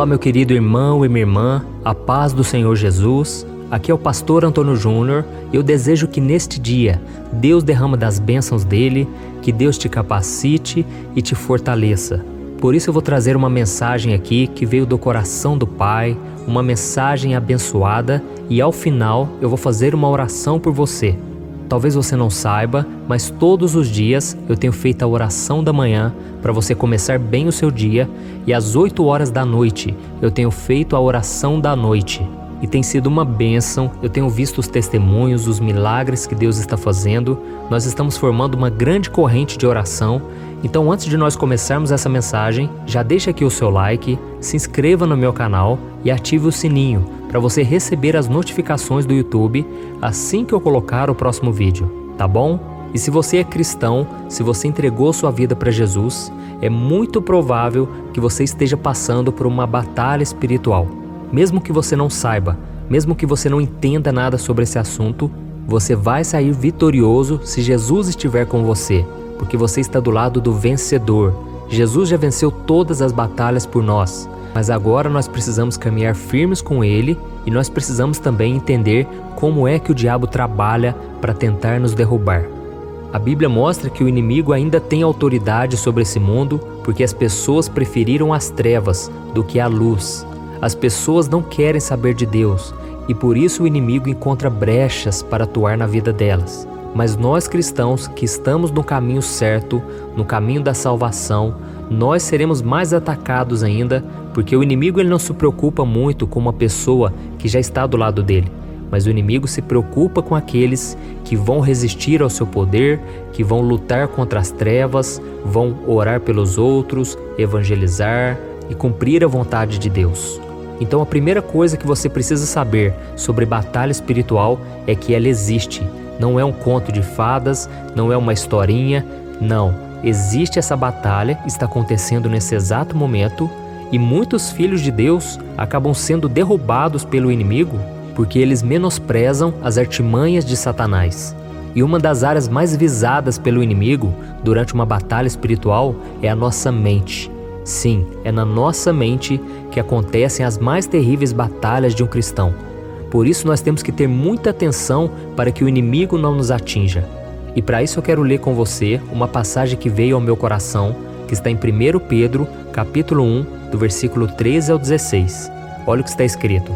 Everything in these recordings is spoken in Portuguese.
Olá, meu querido irmão e minha irmã, a paz do Senhor Jesus. Aqui é o pastor Antônio Júnior e eu desejo que neste dia Deus derrama das bênçãos dele, que Deus te capacite e te fortaleça. Por isso eu vou trazer uma mensagem aqui que veio do coração do Pai, uma mensagem abençoada, e ao final eu vou fazer uma oração por você. Talvez você não saiba, mas todos os dias eu tenho feito a oração da manhã para você começar bem o seu dia, e às 8 horas da noite eu tenho feito a oração da noite. E tem sido uma bênção, eu tenho visto os testemunhos, os milagres que Deus está fazendo. Nós estamos formando uma grande corrente de oração. Então, antes de nós começarmos essa mensagem, já deixa aqui o seu like, se inscreva no meu canal e ative o sininho para você receber as notificações do YouTube assim que eu colocar o próximo vídeo, tá bom? E se você é cristão, se você entregou sua vida para Jesus, é muito provável que você esteja passando por uma batalha espiritual. Mesmo que você não saiba, mesmo que você não entenda nada sobre esse assunto, você vai sair vitorioso se Jesus estiver com você, porque você está do lado do vencedor. Jesus já venceu todas as batalhas por nós, mas agora nós precisamos caminhar firmes com Ele e nós precisamos também entender como é que o diabo trabalha para tentar nos derrubar. A Bíblia mostra que o inimigo ainda tem autoridade sobre esse mundo porque as pessoas preferiram as trevas do que a luz. As pessoas não querem saber de Deus e por isso o inimigo encontra brechas para atuar na vida delas. Mas nós cristãos que estamos no caminho certo, no caminho da salvação, nós seremos mais atacados ainda, porque o inimigo ele não se preocupa muito com uma pessoa que já está do lado dele, mas o inimigo se preocupa com aqueles que vão resistir ao seu poder, que vão lutar contra as trevas, vão orar pelos outros, evangelizar e cumprir a vontade de Deus. Então a primeira coisa que você precisa saber sobre batalha espiritual é que ela existe. Não é um conto de fadas, não é uma historinha, não. Existe essa batalha, está acontecendo nesse exato momento, e muitos filhos de Deus acabam sendo derrubados pelo inimigo porque eles menosprezam as artimanhas de Satanás. E uma das áreas mais visadas pelo inimigo durante uma batalha espiritual é a nossa mente. Sim, é na nossa mente que acontecem as mais terríveis batalhas de um cristão. Por isso nós temos que ter muita atenção para que o inimigo não nos atinja. E para isso eu quero ler com você uma passagem que veio ao meu coração, que está em 1 Pedro, capítulo 1, do versículo 13 ao 16. Olha o que está escrito.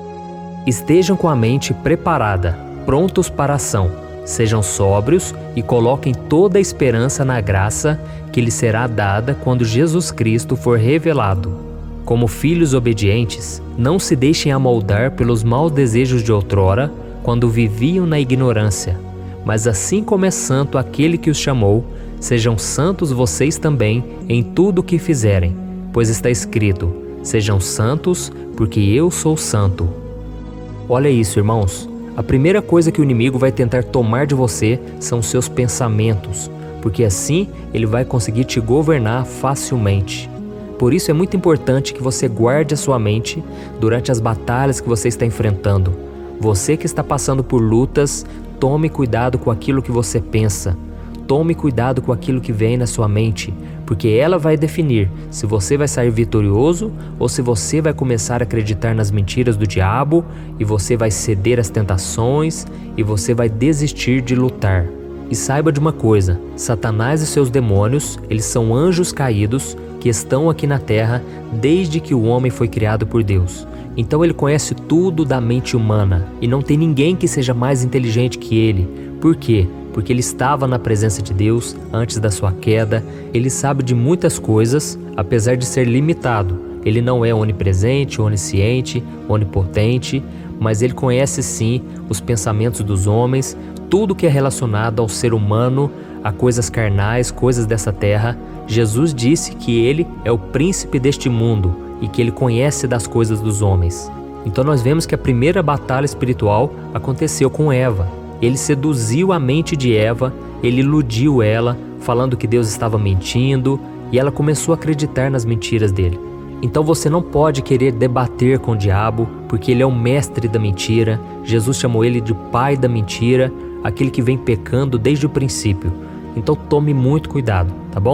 Estejam com a mente preparada, prontos para a ação. Sejam sóbrios e coloquem toda a esperança na graça que lhes será dada quando Jesus Cristo for revelado. Como filhos obedientes, não se deixem amoldar pelos maus desejos de outrora, quando viviam na ignorância. Mas assim como é santo aquele que os chamou, sejam santos vocês também em tudo o que fizerem, pois está escrito, sejam santos, porque eu sou santo. Olha isso, irmãos. A primeira coisa que o inimigo vai tentar tomar de você são seus pensamentos, porque assim ele vai conseguir te governar facilmente. Por isso é muito importante que você guarde a sua mente durante as batalhas que você está enfrentando. Você que está passando por lutas, tome cuidado com aquilo que você pensa. Tome cuidado com aquilo que vem na sua mente, porque ela vai definir se você vai sair vitorioso ou se você vai começar a acreditar nas mentiras do diabo e você vai ceder às tentações e você vai desistir de lutar. E saiba de uma coisa, Satanás e seus demônios, eles são anjos caídos que estão aqui na terra desde que o homem foi criado por Deus. Então ele conhece tudo da mente humana e não tem ninguém que seja mais inteligente que ele. Por quê? Porque ele estava na presença de Deus antes da sua queda, ele sabe de muitas coisas, apesar de ser limitado. Ele não é onipresente, onisciente, onipotente, mas ele conhece sim os pensamentos dos homens, tudo que é relacionado ao ser humano, a coisas carnais, coisas dessa terra. Jesus disse que ele é o príncipe deste mundo e que ele conhece das coisas dos homens. Então nós vemos que a primeira batalha espiritual aconteceu com Eva. Ele seduziu a mente de Eva, ele iludiu ela, falando que Deus estava mentindo, e ela começou a acreditar nas mentiras dele. Então você não pode querer debater com o diabo, porque ele é o mestre da mentira. Jesus chamou ele de pai da mentira, aquele que vem pecando desde o princípio. Então tome muito cuidado, tá bom?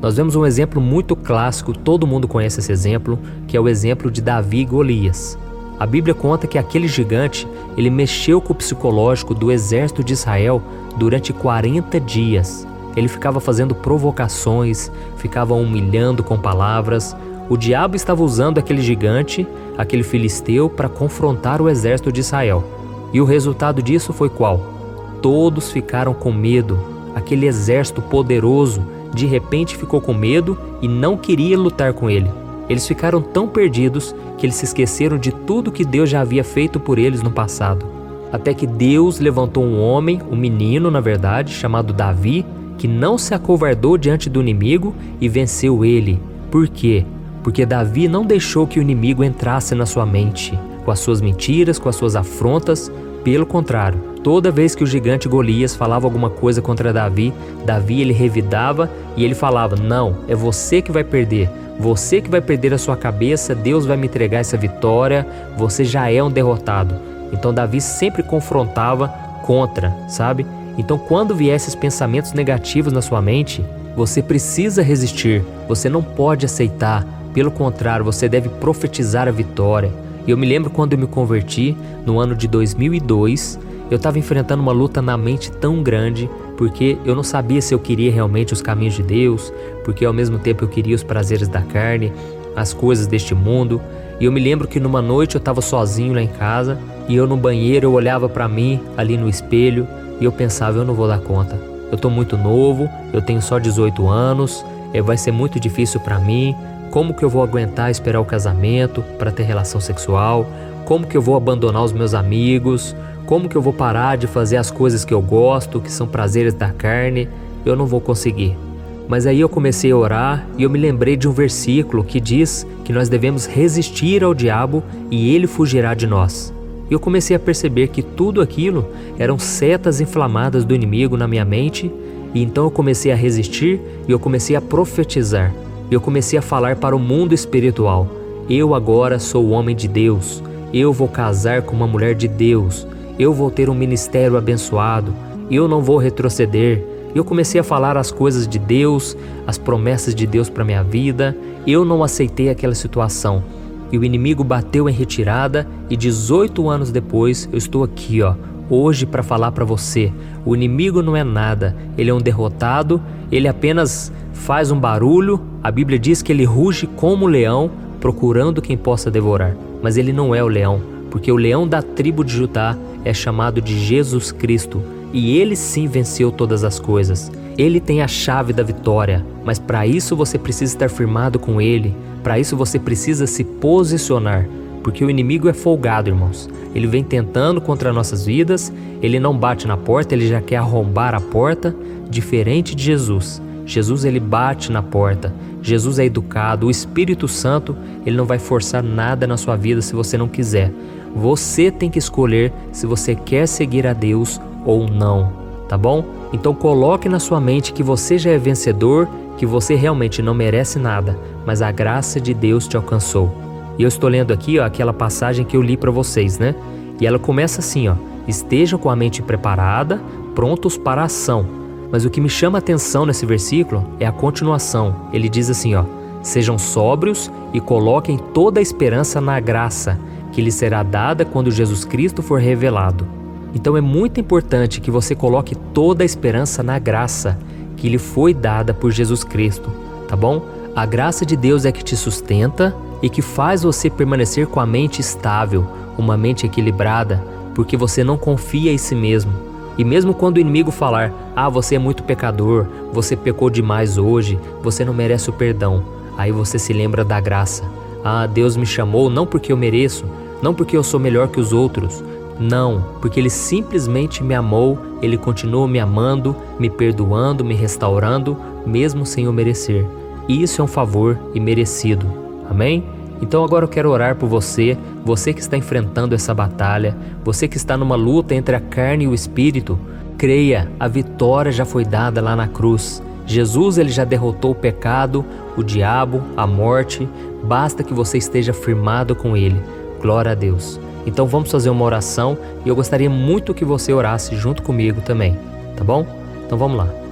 Nós vemos um exemplo muito clássico, todo mundo conhece esse exemplo, que é o exemplo de Davi e Golias. A Bíblia conta que aquele gigante, ele mexeu com o psicológico do exército de Israel durante 40 dias. Ele ficava fazendo provocações, ficava humilhando com palavras. O diabo estava usando aquele gigante, aquele filisteu, para confrontar o exército de Israel. E o resultado disso foi qual? Todos ficaram com medo. Aquele exército poderoso, de repente ficou com medo e não queria lutar com ele. Eles ficaram tão perdidos que eles se esqueceram de tudo que Deus já havia feito por eles no passado. Até que Deus levantou um homem, um menino na verdade, chamado Davi, que não se acovardou diante do inimigo e venceu ele. Por quê? Porque Davi não deixou que o inimigo entrasse na sua mente, com as suas mentiras, com as suas afrontas. Pelo contrário, toda vez que o gigante Golias falava alguma coisa contra Davi, ele revidava e ele falava: não, é você que vai perder. Você que vai perder a sua cabeça, Deus vai me entregar essa vitória, você já é um derrotado. Então Davi sempre confrontava contra, sabe? Então quando vier esses pensamentos negativos na sua mente, você precisa resistir, você não pode aceitar. Pelo contrário, você deve profetizar a vitória. Eu me lembro quando eu me converti, no ano de 2002, eu estava enfrentando uma luta na mente tão grande, porque eu não sabia se eu queria realmente os caminhos de Deus, porque ao mesmo tempo eu queria os prazeres da carne, as coisas deste mundo. E eu me lembro que numa noite eu estava sozinho lá em casa, e eu no banheiro eu olhava para mim ali no espelho, e eu pensava: eu não vou dar conta, eu estou muito novo, eu tenho só 18 anos, vai ser muito difícil para mim. Como que eu vou aguentar esperar o casamento para ter relação sexual? Como que eu vou abandonar os meus amigos? Como que eu vou parar de fazer as coisas que eu gosto, que são prazeres da carne? Eu não vou conseguir. Mas aí eu comecei a orar e eu me lembrei de um versículo que diz que nós devemos resistir ao diabo e ele fugirá de nós. E eu comecei a perceber que tudo aquilo eram setas inflamadas do inimigo na minha mente, e então eu comecei a resistir e eu comecei a profetizar. Eu comecei a falar para o mundo espiritual: eu agora sou o homem de Deus, eu vou casar com uma mulher de Deus, eu vou ter um ministério abençoado, eu não vou retroceder. Eu comecei a falar as coisas de Deus, as promessas de Deus para minha vida. Eu não aceitei aquela situação. E o inimigo bateu em retirada e 18 anos depois eu estou aqui, hoje para falar para você: o inimigo não é nada, ele é um derrotado, ele apenas faz um barulho. A Bíblia diz que ele ruge como um leão, procurando quem possa devorar. Mas ele não é o leão, porque o leão da tribo de Judá é chamado de Jesus Cristo. E ele sim venceu todas as coisas. Ele tem a chave da vitória, mas para isso você precisa estar firmado com ele. Para isso você precisa se posicionar, porque o inimigo é folgado, irmãos. Ele vem tentando contra nossas vidas, ele não bate na porta, ele já quer arrombar a porta, diferente de Jesus. Jesus, ele bate na porta. Jesus é educado. O Espírito Santo, ele não vai forçar nada na sua vida se você não quiser. Você tem que escolher se você quer seguir a Deus ou não, tá bom? Então coloque na sua mente que você já é vencedor, que você realmente não merece nada, mas a graça de Deus te alcançou. E eu estou lendo aqui, aquela passagem que eu li para vocês, né? E ela começa assim, estejam com a mente preparada, prontos para a ação. Mas o que me chama a atenção nesse versículo é a continuação. Ele diz assim, sejam sóbrios e coloquem toda a esperança na graça que lhes será dada quando Jesus Cristo for revelado. Então é muito importante que você coloque toda a esperança na graça que lhe foi dada por Jesus Cristo, tá bom? A graça de Deus é que te sustenta e que faz você permanecer com a mente estável, uma mente equilibrada, porque você não confia em si mesmo. E mesmo quando o inimigo falar, você é muito pecador, você pecou demais hoje, você não merece o perdão, aí você se lembra da graça. Deus me chamou não porque eu mereço, não porque eu sou melhor que os outros, não, porque Ele simplesmente me amou, Ele continua me amando, me perdoando, me restaurando, mesmo sem eu merecer. E isso é um favor imerecido, amém? Então agora eu quero orar por você, você que está enfrentando essa batalha, você que está numa luta entre a carne e o espírito. Creia, a vitória já foi dada lá na cruz. Jesus, ele já derrotou o pecado, o diabo, a morte. Basta que você esteja firmado com ele. Glória a Deus. Então vamos fazer uma oração e eu gostaria muito que você orasse junto comigo também, tá bom? Então vamos lá.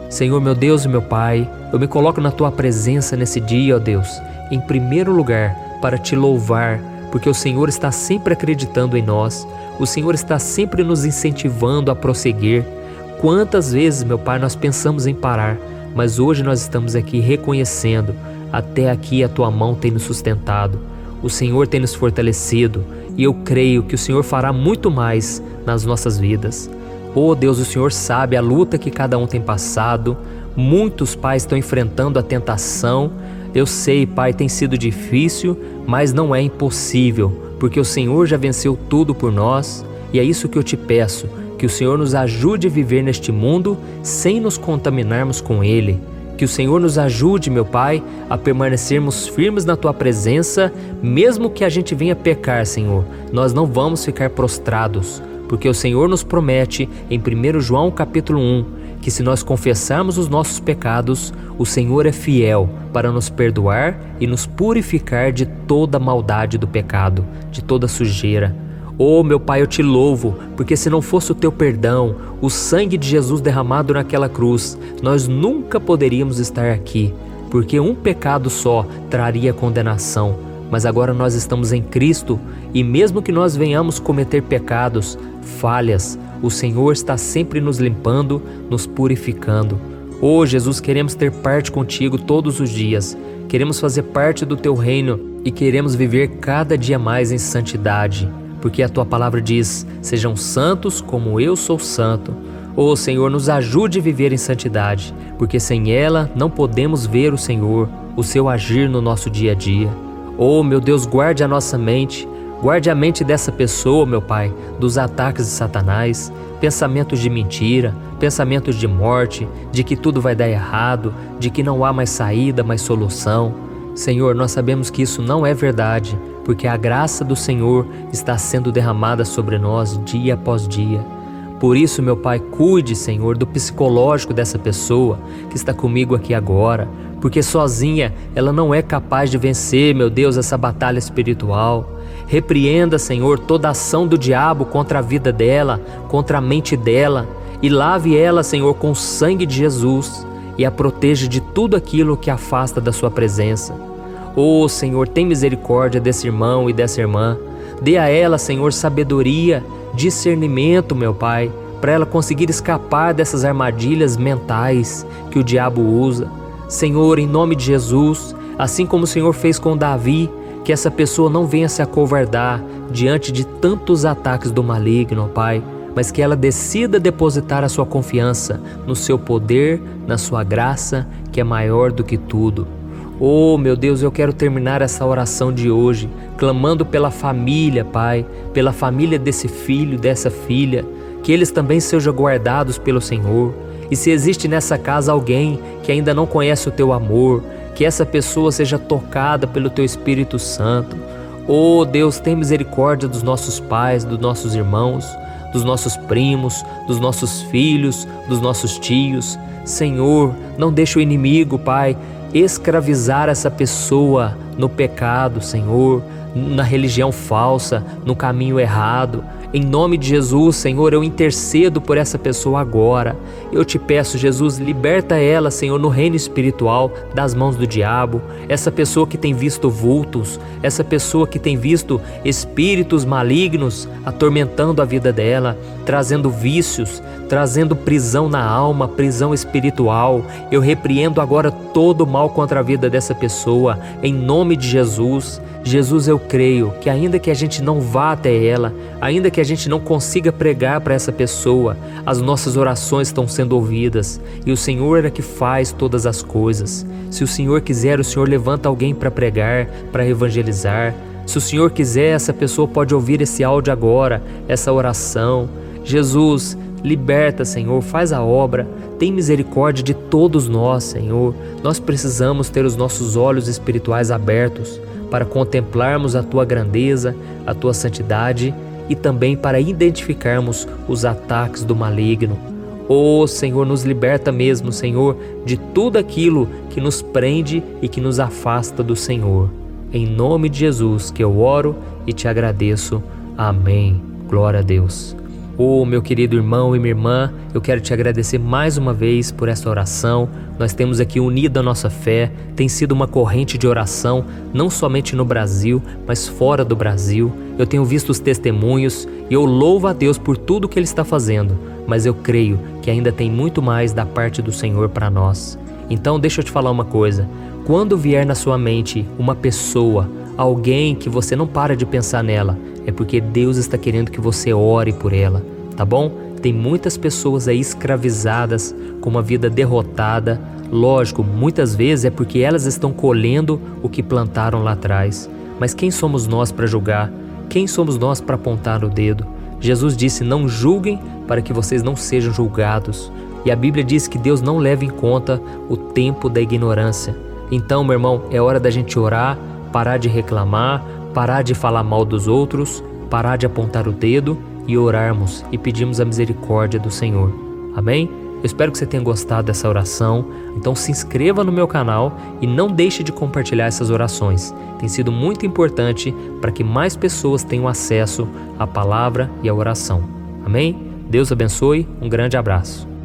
Senhor, meu Deus e meu Pai, eu me coloco na Tua presença nesse dia, ó Deus, em primeiro lugar, para Te louvar, porque o Senhor está sempre acreditando em nós, o Senhor está sempre nos incentivando a prosseguir. Quantas vezes, meu Pai, nós pensamos em parar, mas hoje nós estamos aqui reconhecendo, até aqui a Tua mão tem nos sustentado, o Senhor tem nos fortalecido, e eu creio que o Senhor fará muito mais nas nossas vidas. Oh Deus, o Senhor sabe a luta que cada um tem passado, muitos pais estão enfrentando a tentação. Eu sei, Pai, tem sido difícil, mas não é impossível, porque o Senhor já venceu tudo por nós, e é isso que eu te peço, que o Senhor nos ajude a viver neste mundo sem nos contaminarmos com ele. Que o Senhor nos ajude, meu Pai, a permanecermos firmes na Tua presença, mesmo que a gente venha pecar, Senhor, nós não vamos ficar prostrados, porque o Senhor nos promete em 1 João capítulo 1, que se nós confessarmos os nossos pecados, o Senhor é fiel para nos perdoar e nos purificar de toda maldade do pecado, de toda sujeira. Oh, meu Pai, eu Te louvo, porque se não fosse o Teu perdão, o sangue de Jesus derramado naquela cruz, nós nunca poderíamos estar aqui, porque um pecado só traria condenação. Mas agora nós estamos em Cristo e mesmo que nós venhamos cometer pecados, falhas, o Senhor está sempre nos limpando, nos purificando. Oh, Jesus, queremos ter parte contigo todos os dias, queremos fazer parte do Teu reino e queremos viver cada dia mais em santidade. Porque a Tua palavra diz, sejam santos como eu sou santo. Ó Senhor, nos ajude a viver em santidade, porque sem ela não podemos ver o Senhor, o Seu agir no nosso dia a dia. Ó meu Deus, guarde a nossa mente, guarde a mente dessa pessoa, meu Pai, dos ataques de Satanás, pensamentos de mentira, pensamentos de morte, de que tudo vai dar errado, de que não há mais saída, mais solução. Senhor, nós sabemos que isso não é verdade, porque a graça do Senhor está sendo derramada sobre nós dia após dia. Por isso, meu Pai, cuide, Senhor, do psicológico dessa pessoa que está comigo aqui agora, porque sozinha ela não é capaz de vencer, meu Deus, essa batalha espiritual. Repreenda, Senhor, toda ação do diabo contra a vida dela, contra a mente dela, e lave ela, Senhor, com o sangue de Jesus, e a proteja de tudo aquilo que afasta da Sua presença. Oh, Senhor, tem misericórdia desse irmão e dessa irmã. Dê a ela, Senhor, sabedoria, discernimento, meu Pai, para ela conseguir escapar dessas armadilhas mentais que o diabo usa. Senhor, em nome de Jesus, assim como o Senhor fez com Davi, que essa pessoa não venha se acovardar diante de tantos ataques do maligno, ó Pai, mas que ela decida depositar a sua confiança no Seu poder, na Sua graça, que é maior do que tudo. Oh, meu Deus, eu quero terminar essa oração de hoje, clamando pela família, Pai, pela família desse filho, dessa filha, que eles também sejam guardados pelo Senhor. E se existe nessa casa alguém que ainda não conhece o Teu amor, que essa pessoa seja tocada pelo Teu Espírito Santo. Oh, Deus, tem misericórdia dos nossos pais, dos nossos irmãos, dos nossos primos, dos nossos filhos, dos nossos tios. Senhor, não deixe o inimigo, Pai, escravizar essa pessoa no pecado, Senhor, na religião falsa, no caminho errado. Em nome de Jesus, Senhor, eu intercedo por essa pessoa agora. Eu te peço, Jesus, liberta ela, Senhor, no reino espiritual, das mãos do diabo. Essa pessoa que tem visto vultos, essa pessoa que tem visto espíritos malignos atormentando a vida dela, trazendo vícios, trazendo prisão na alma, prisão espiritual. Eu repreendo agora todo o mal contra a vida dessa pessoa, em nome de Jesus. Jesus, eu creio que ainda que a gente não vá até ela, ainda que a gente não consiga pregar para essa pessoa, as nossas orações estão sendo ouvidas e o Senhor é que faz todas as coisas. Se o Senhor quiser, o Senhor levanta alguém para pregar, para evangelizar. Se o Senhor quiser, essa pessoa pode ouvir esse áudio agora, essa oração. Jesus, liberta, Senhor, faz a obra, tem misericórdia de todos nós, Senhor. Nós precisamos ter os nossos olhos espirituais abertos para contemplarmos a Tua grandeza, a Tua santidade e também para identificarmos os ataques do maligno. Oh, Senhor, nos liberta mesmo, Senhor, de tudo aquilo que nos prende e que nos afasta do Senhor. Em nome de Jesus que eu oro e te agradeço. Amém. Glória a Deus. Meu querido irmão e minha irmã, eu quero te agradecer mais uma vez por essa oração. Nós temos aqui unido a nossa fé, tem sido uma corrente de oração, não somente no Brasil, mas fora do Brasil. Eu tenho visto os testemunhos e eu louvo a Deus por tudo que Ele está fazendo, mas eu creio que ainda tem muito mais da parte do Senhor para nós. Então deixa eu te falar uma coisa, quando vier na sua mente uma pessoa, alguém que você não para de pensar nela, é porque Deus está querendo que você ore por ela, tá bom? Tem muitas pessoas aí escravizadas, com uma vida derrotada. Lógico, muitas vezes é porque elas estão colhendo o que plantaram lá atrás. Mas quem somos nós para julgar? Quem somos nós para apontar o dedo? Jesus disse, não julguem para que vocês não sejam julgados. E a Bíblia diz que Deus não leva em conta o tempo da ignorância. Então, meu irmão, é hora da gente orar, parar de reclamar, parar de falar mal dos outros, parar de apontar o dedo e orarmos e pedirmos a misericórdia do Senhor. Amém? Eu espero que você tenha gostado dessa oração. Então se inscreva no meu canal e não deixe de compartilhar essas orações. Tem sido muito importante para que mais pessoas tenham acesso à palavra e à oração. Amém? Deus abençoe. Um grande abraço.